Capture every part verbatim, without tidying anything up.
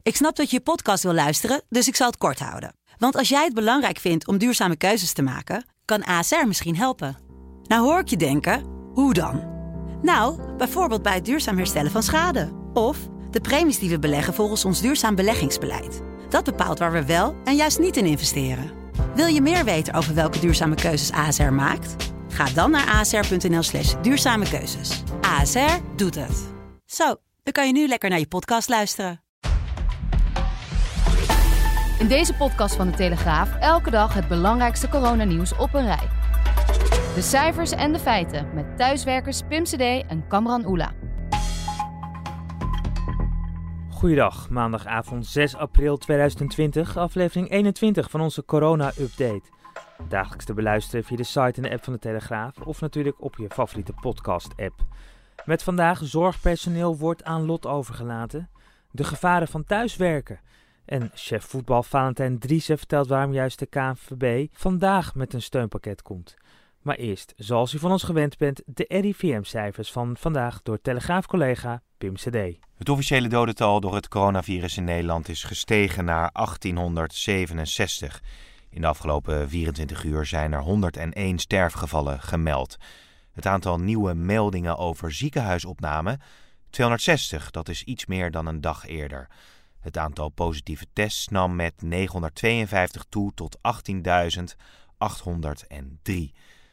Ik snap dat je je podcast wil luisteren, dus ik zal het kort houden. Want als jij het belangrijk vindt om duurzame keuzes te maken, kan A S R misschien helpen. Nou hoor ik je denken, hoe dan? Nou, bijvoorbeeld bij het duurzaam herstellen van schade. Of de premies die we beleggen volgens ons duurzaam beleggingsbeleid. Dat bepaalt waar we wel en juist niet in investeren. Wil je meer weten over welke duurzame keuzes A S R maakt? Ga dan naar asr.nl slash duurzame keuzes. A S R doet het. Zo, dan kan je nu lekker naar je podcast luisteren. In deze podcast van De Telegraaf elke dag het belangrijkste coronanieuws op een rij. De cijfers en de feiten met thuiswerkers Pim C D en Kamran Oela. Goeiedag, maandagavond zes april tweeduizend twintig, aflevering eenentwintig van onze corona-update. Dagelijks te beluisteren via de site en de app van De Telegraaf of natuurlijk op je favoriete podcast-app. Met vandaag zorgpersoneel wordt aan lot overgelaten, de gevaren van thuiswerken. En chef voetbal Valentijn Driessen vertelt waarom juist de K N V B vandaag met een steunpakket komt. Maar eerst, zoals u van ons gewend bent, de R I V M-cijfers van vandaag door Telegraaf-collega Pim C D. Het officiële dodental door het coronavirus in Nederland is gestegen naar achttienhonderdzevenenzestig. In de afgelopen vierentwintig uur zijn er honderdéén sterfgevallen gemeld. Het aantal nieuwe meldingen over ziekenhuisopname, tweehonderdzestig, dat is iets meer dan een dag eerder. Het aantal positieve tests nam met negenhonderdtweeënvijftig toe tot achttienduizend achthonderddrie.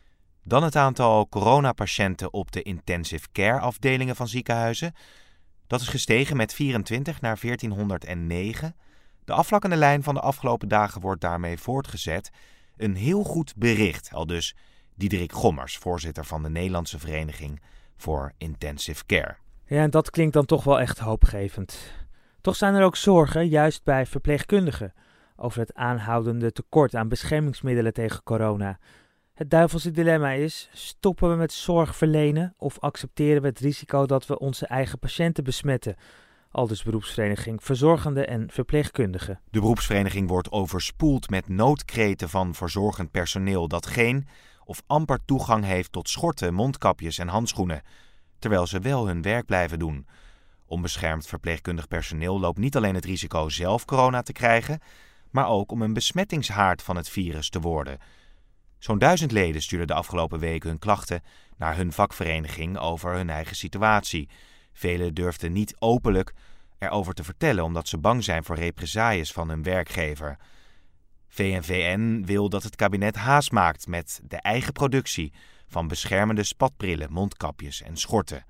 Dan het aantal coronapatiënten op de intensive care afdelingen van ziekenhuizen. Dat is gestegen met vierentwintig naar veertienhonderdnegen. De afvlakkende lijn van de afgelopen dagen wordt daarmee voortgezet. Een heel goed bericht, aldus Diederik Gommers, voorzitter van de Nederlandse Vereniging voor Intensive Care. Ja, en dat klinkt dan toch wel echt hoopgevend. Toch zijn er ook zorgen, juist bij verpleegkundigen, over het aanhoudende tekort aan beschermingsmiddelen tegen corona. Het duivelse dilemma is, stoppen we met zorg verlenen of accepteren we het risico dat we onze eigen patiënten besmetten? Aldus beroepsvereniging Verzorgenden en Verpleegkundigen. De beroepsvereniging wordt overspoeld met noodkreten van verzorgend personeel dat geen of amper toegang heeft tot schorten, mondkapjes en handschoenen, terwijl ze wel hun werk blijven doen. Onbeschermd verpleegkundig personeel loopt niet alleen het risico zelf corona te krijgen, maar ook om een besmettingshaard van het virus te worden. Zo'n duizend leden stuurden de afgelopen weken hun klachten naar hun vakvereniging over hun eigen situatie. Velen durfden niet openlijk erover te vertellen omdat ze bang zijn voor represailles van hun werkgever. V N V N wil dat het kabinet haast maakt met de eigen productie van beschermende spatbrillen, mondkapjes en schorten.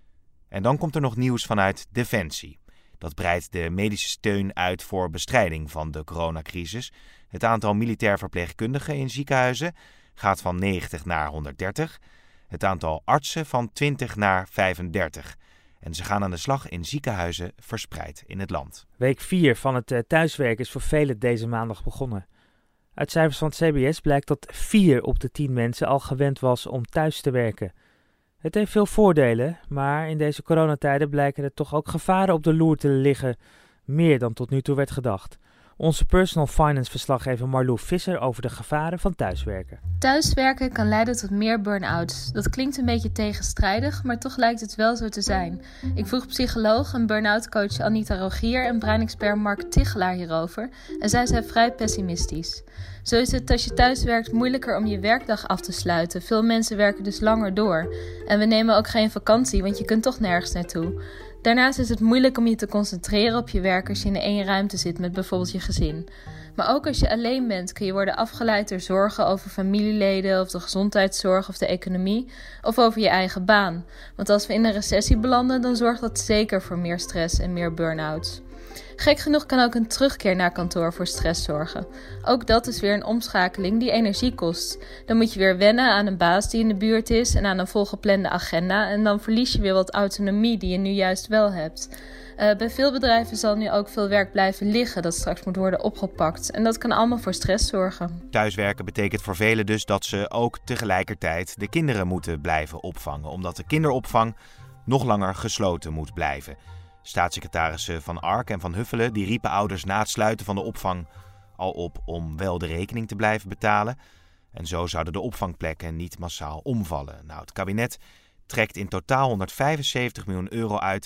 En dan komt er nog nieuws vanuit Defensie. Dat breidt de medische steun uit voor bestrijding van de coronacrisis. Het aantal militair verpleegkundigen in ziekenhuizen gaat van negentig naar honderddertig. Het aantal artsen van twintig naar vijfendertig. En ze gaan aan de slag in ziekenhuizen verspreid in het land. Week vier van het uh, thuiswerken is voor velen deze maandag begonnen. Uit cijfers van het C B S blijkt dat vier op de tien mensen al gewend was om thuis te werken. Het heeft veel voordelen, maar in deze coronatijden blijken er toch ook gevaren op de loer te liggen, meer dan tot nu toe werd gedacht. Onze personal finance verslaggever Marlou Visser over de gevaren van thuiswerken. Thuiswerken kan leiden tot meer burn-outs. Dat klinkt een beetje tegenstrijdig, maar toch lijkt het wel zo te zijn. Ik vroeg psycholoog en burn-out coach Anita Rogier en breinexpert Mark Tichelaar hierover en zij zijn vrij pessimistisch. Zo is het als je thuis werkt moeilijker om je werkdag af te sluiten. Veel mensen werken dus langer door. En we nemen ook geen vakantie, want je kunt toch nergens naartoe. Daarnaast is het moeilijk om je te concentreren op je werk als je in één ruimte zit met bijvoorbeeld je gezin. Maar ook als je alleen bent kun je worden afgeleid door zorgen over familieleden of de gezondheidszorg of de economie of over je eigen baan. Want als we in een recessie belanden, dan zorgt dat zeker voor meer stress en meer burn-outs. Gek genoeg kan ook een terugkeer naar kantoor voor stress zorgen. Ook dat is weer een omschakeling die energie kost. Dan moet je weer wennen aan een baas die in de buurt is en aan een volgeplande agenda. En dan verlies je weer wat autonomie die je nu juist wel hebt. Uh, bij veel bedrijven zal nu ook veel werk blijven liggen dat straks moet worden opgepakt. En dat kan allemaal voor stress zorgen. Thuiswerken betekent voor velen dus dat ze ook tegelijkertijd de kinderen moeten blijven opvangen. Omdat de kinderopvang nog langer gesloten moet blijven. Staatssecretarissen Van Ark en Van Huffelen die riepen ouders na het sluiten van de opvang al op om wel de rekening te blijven betalen. En zo zouden de opvangplekken niet massaal omvallen. Nou, het kabinet trekt in totaal honderdvijfenzeventig miljoen euro uit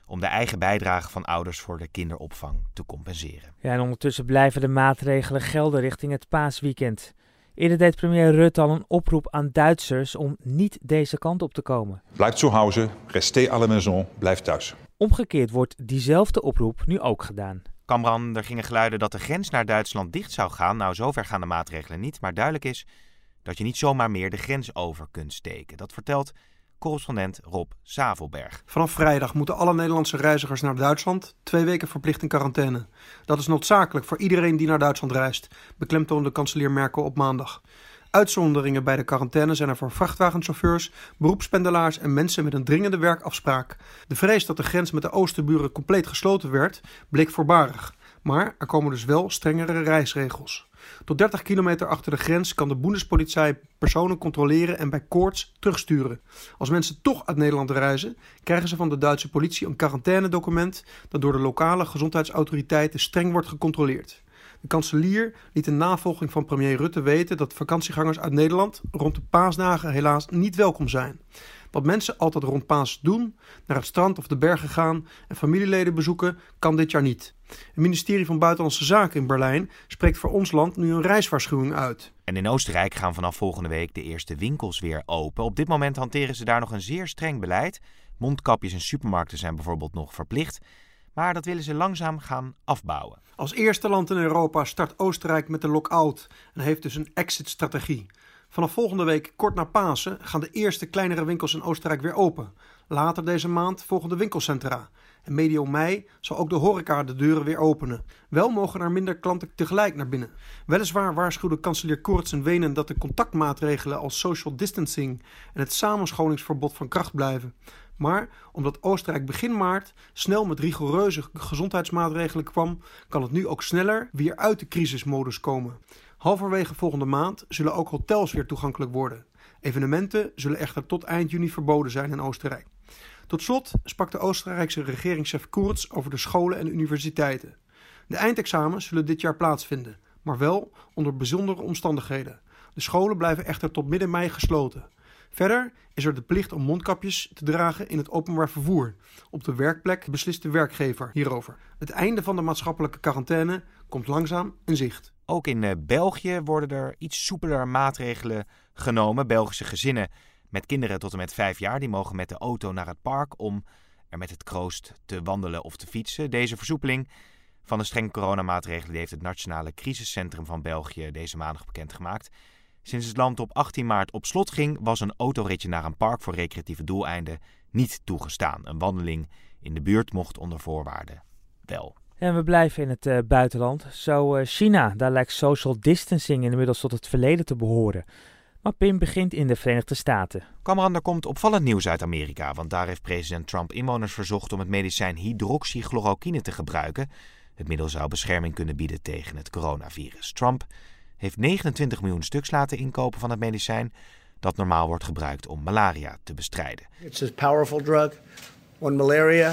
om de eigen bijdrage van ouders voor de kinderopvang te compenseren. Ja, en ondertussen blijven de maatregelen gelden richting het paasweekend. Eerder deed premier Rutte al een oproep aan Duitsers om niet deze kant op te komen. Blijft zu Hause, restez à la maison, blijf thuis. Omgekeerd wordt diezelfde oproep nu ook gedaan. Kamran, er gingen geluiden dat de grens naar Duitsland dicht zou gaan. Nou, zover gaan de maatregelen niet, maar duidelijk is dat je niet zomaar meer de grens over kunt steken. Dat vertelt correspondent Rob Zavelberg. Vanaf vrijdag moeten alle Nederlandse reizigers naar Duitsland twee weken verplicht in quarantaine. Dat is noodzakelijk voor iedereen die naar Duitsland reist, beklemtoonde kanselier Merkel op maandag. Uitzonderingen bij de quarantaine zijn er voor vrachtwagenchauffeurs, beroepspendelaars en mensen met een dringende werkafspraak. De vrees dat de grens met de oosterburen compleet gesloten werd, bleek voorbarig. Maar er komen dus wel strengere reisregels. Tot dertig kilometer achter de grens kan de Bundespolizei personen controleren en bij koorts terugsturen. Als mensen toch uit Nederland reizen, krijgen ze van de Duitse politie een quarantainedocument dat door de lokale gezondheidsautoriteiten streng wordt gecontroleerd. De kanselier liet in navolging van premier Rutte weten dat vakantiegangers uit Nederland rond de paasdagen helaas niet welkom zijn. Wat mensen altijd rond Paas doen, naar het strand of de bergen gaan en familieleden bezoeken, kan dit jaar niet. Het ministerie van Buitenlandse Zaken in Berlijn spreekt voor ons land nu een reiswaarschuwing uit. En in Oostenrijk gaan vanaf volgende week de eerste winkels weer open. Op dit moment hanteren ze daar nog een zeer streng beleid. Mondkapjes in supermarkten zijn bijvoorbeeld nog verplicht. Maar dat willen ze langzaam gaan afbouwen. Als eerste land in Europa start Oostenrijk met de lock-out en heeft dus een exit-strategie. Vanaf volgende week, kort na Pasen, gaan de eerste kleinere winkels in Oostenrijk weer open. Later deze maand volgen de winkelcentra. En medio mei zal ook de horeca de deuren weer openen. Wel mogen er minder klanten tegelijk naar binnen. Weliswaar waarschuwde kanselier Kurz in Wenen dat de contactmaatregelen als social distancing en het samenscholingsverbod van kracht blijven. Maar omdat Oostenrijk begin maart snel met rigoureuze gezondheidsmaatregelen kwam, kan het nu ook sneller weer uit de crisismodus komen. Halverwege volgende maand zullen ook hotels weer toegankelijk worden. Evenementen zullen echter tot eind juni verboden zijn in Oostenrijk. Tot slot sprak de Oostenrijkse regeringschef Kurz over de scholen en universiteiten. De eindexamens zullen dit jaar plaatsvinden, maar wel onder bijzondere omstandigheden. De scholen blijven echter tot midden mei gesloten. Verder is er de plicht om mondkapjes te dragen in het openbaar vervoer. Op de werkplek beslist de werkgever hierover. Het einde van de maatschappelijke quarantaine komt langzaam in zicht. Ook in uh, België worden er iets soepeler maatregelen genomen. Belgische gezinnen met kinderen tot en met vijf jaar die mogen met de auto naar het park om er met het kroost te wandelen of te fietsen. Deze versoepeling van de strenge coronamaatregelen heeft het Nationale Crisiscentrum van België deze maandag bekendgemaakt. Sinds het land op achttien maart op slot ging, was een autoritje naar een park voor recreatieve doeleinden niet toegestaan. Een wandeling in de buurt mocht onder voorwaarden wel. En we blijven in het uh, buitenland. Zo uh, China, daar lijkt social distancing inmiddels tot het verleden te behoren. Maar Pim begint in de Verenigde Staten. Kamran, er komt opvallend nieuws uit Amerika, want daar heeft president Trump inwoners verzocht om het medicijn hydroxychloroquine te gebruiken. Het middel zou bescherming kunnen bieden tegen het coronavirus. Trump heeft negenentwintig miljoen stuks laten inkopen van het medicijn dat normaal wordt gebruikt om malaria te bestrijden. It's a powerful drug on malaria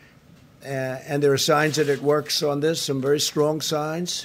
uh, and there are signs that it works on this, some very strong signs.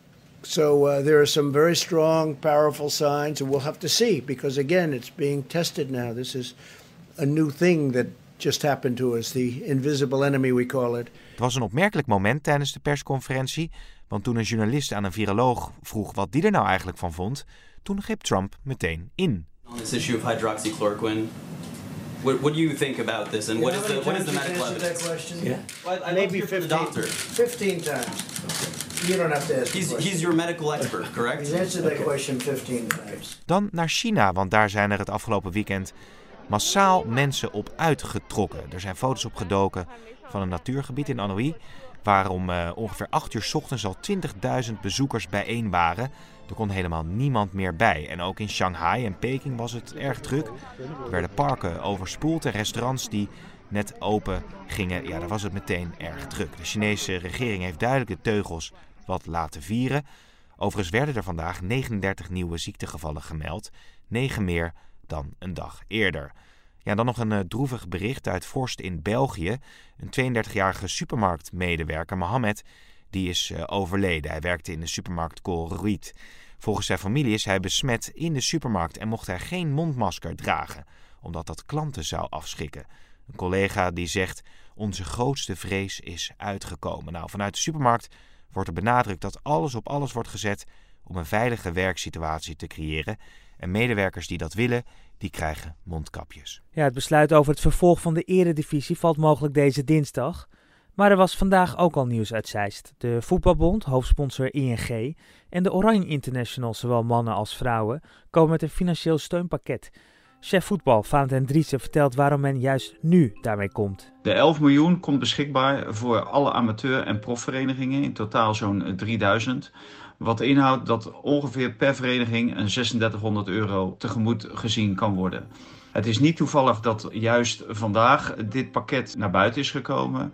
So uh, there are some very strong, powerful signs and we'll have to see because again it's being tested now. This is a new thing that just happened to us, the invisible enemy we call it. Het was een opmerkelijk moment tijdens de persconferentie, want toen een journalist aan een viroloog vroeg wat die er nou eigenlijk van vond, toen greep Trump meteen in. On this issue of hydroxychloroquine, what, what do you think about this, and what is the what is the medical evidence? That question? Yeah, well, I maybe fifteen. The doctor. Fifteen times. You don't have to ask. He's he's your medical expert, correct? He's answered that question fifteen times. Dan naar China, want daar zijn er het afgelopen weekend massaal mensen op uitgetrokken. Er zijn foto's opgedoken van een natuurgebied in Anhui, waar om uh, ongeveer acht uur 's ochtends al twintigduizend bezoekers bijeen waren. Er kon helemaal niemand meer bij. En ook in Shanghai en Peking was het erg druk. Er werden parken overspoeld en restaurants die net open gingen. Ja, daar was het meteen erg druk. De Chinese regering heeft duidelijk de teugels wat laten vieren. Overigens werden er vandaag negenendertig nieuwe ziektegevallen gemeld. negen meer dan een dag eerder. Ja, en dan nog een uh, droevig bericht uit Vorst in België. Een tweeëndertigjarige supermarktmedewerker, Mohamed, die is uh, overleden. Hij werkte in de supermarkt Colruyt. Volgens zijn familie is hij besmet in de supermarkt en mocht hij geen mondmasker dragen, omdat dat klanten zou afschrikken. Een collega die zegt: onze grootste vrees is uitgekomen. Nou, vanuit de supermarkt wordt er benadrukt dat alles op alles wordt gezet om een veilige werksituatie te creëren. En medewerkers die dat willen, die krijgen mondkapjes. Ja, het besluit over het vervolg van de eredivisie valt mogelijk deze dinsdag. Maar er was vandaag ook al nieuws uit Zeist. De Voetbalbond, hoofdsponsor I N G en de Oranje International, zowel mannen als vrouwen, komen met een financieel steunpakket. Chef voetbal Valentijn Driessen vertelt waarom men juist nu daarmee komt. De elf miljoen komt beschikbaar voor alle amateur- en profverenigingen, in totaal zo'n drieduizend. Wat inhoudt dat ongeveer per vereniging een zesentdertighonderd euro tegemoet gezien kan worden. Het is niet toevallig dat juist vandaag dit pakket naar buiten is gekomen.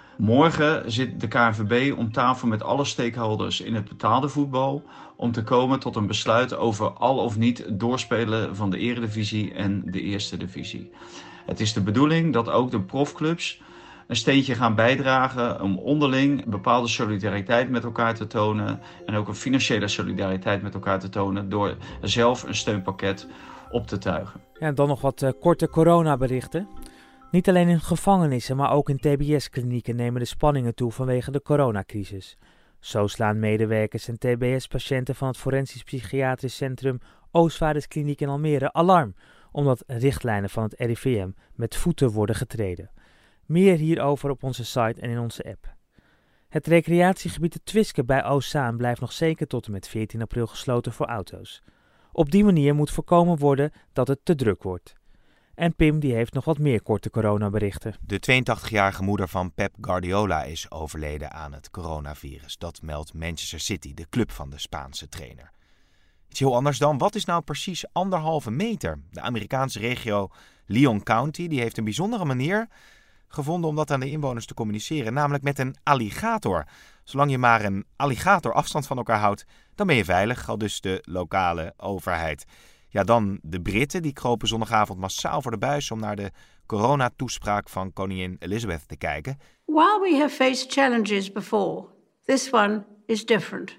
Morgen zit de K N V B om tafel met alle stakeholders in het betaalde voetbal om te komen tot een besluit over al of niet doorspelen van de eredivisie en de eerste divisie. Het is de bedoeling dat ook de profclubs een steentje gaan bijdragen om onderling bepaalde solidariteit met elkaar te tonen en ook een financiële solidariteit met elkaar te tonen door zelf een steunpakket op te tuigen. Ja, en dan nog wat uh, korte coronaberichten. Niet alleen in gevangenissen, maar ook in T B S-klinieken nemen de spanningen toe vanwege de coronacrisis. Zo slaan medewerkers en T B S-patiënten van het Forensisch Psychiatrisch Centrum Oostvaarderskliniek in Almere alarm, omdat richtlijnen van het R I V M met voeten worden getreden. Meer hierover op onze site en in onze app. Het recreatiegebied de Twiske bij Oostzaan blijft nog zeker tot en met veertien april gesloten voor auto's. Op die manier moet voorkomen worden dat het te druk wordt. En Pim die heeft nog wat meer korte coronaberichten. De tweeëntachtigjarige moeder van Pep Guardiola is overleden aan het coronavirus. Dat meldt Manchester City, de club van de Spaanse trainer. Iets heel anders dan, wat is nou precies anderhalve meter? De Amerikaanse regio Leon County die heeft een bijzondere manier gevonden om dat aan de inwoners te communiceren, namelijk met een alligator. Zolang je maar een alligator afstand van elkaar houdt, dan ben je veilig, al dus de lokale overheid. Ja, dan de Britten, die kropen zondagavond massaal voor de buis om naar de coronatoespraak van koningin Elizabeth te kijken. While we have faced challenges before, this one is different.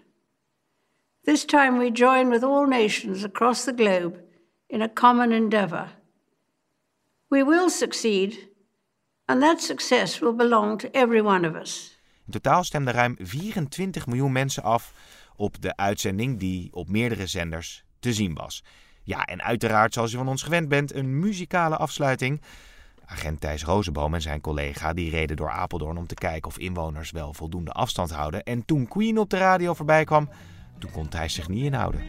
This time we join with all nations across the globe in a common endeavor. We will succeed, and that success will belong to every one of us. In totaal stemden ruim vierentwintig miljoen mensen af op de uitzending die op meerdere zenders te zien was. Ja, en uiteraard, zoals je van ons gewend bent, een muzikale afsluiting. Agent Thijs Rozenboom en zijn collega die reden door Apeldoorn om te kijken of inwoners wel voldoende afstand houden. En toen Queen op de radio voorbij kwam, toen kon Thijs zich niet inhouden.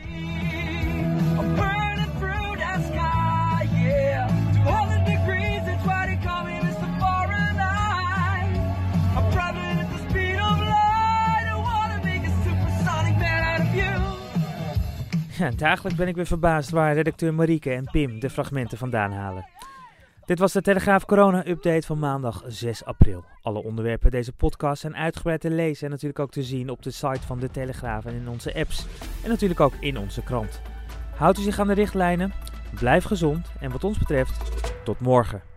Ja, dagelijks ben ik weer verbaasd waar redacteur Marieke en Pim de fragmenten vandaan halen. Dit was de Telegraaf Corona-update van maandag zes april. Alle onderwerpen deze podcast zijn uitgebreid te lezen en natuurlijk ook te zien op de site van de Telegraaf en in onze apps. En natuurlijk ook in onze krant. Houdt u zich aan de richtlijnen, blijf gezond en wat ons betreft, tot morgen.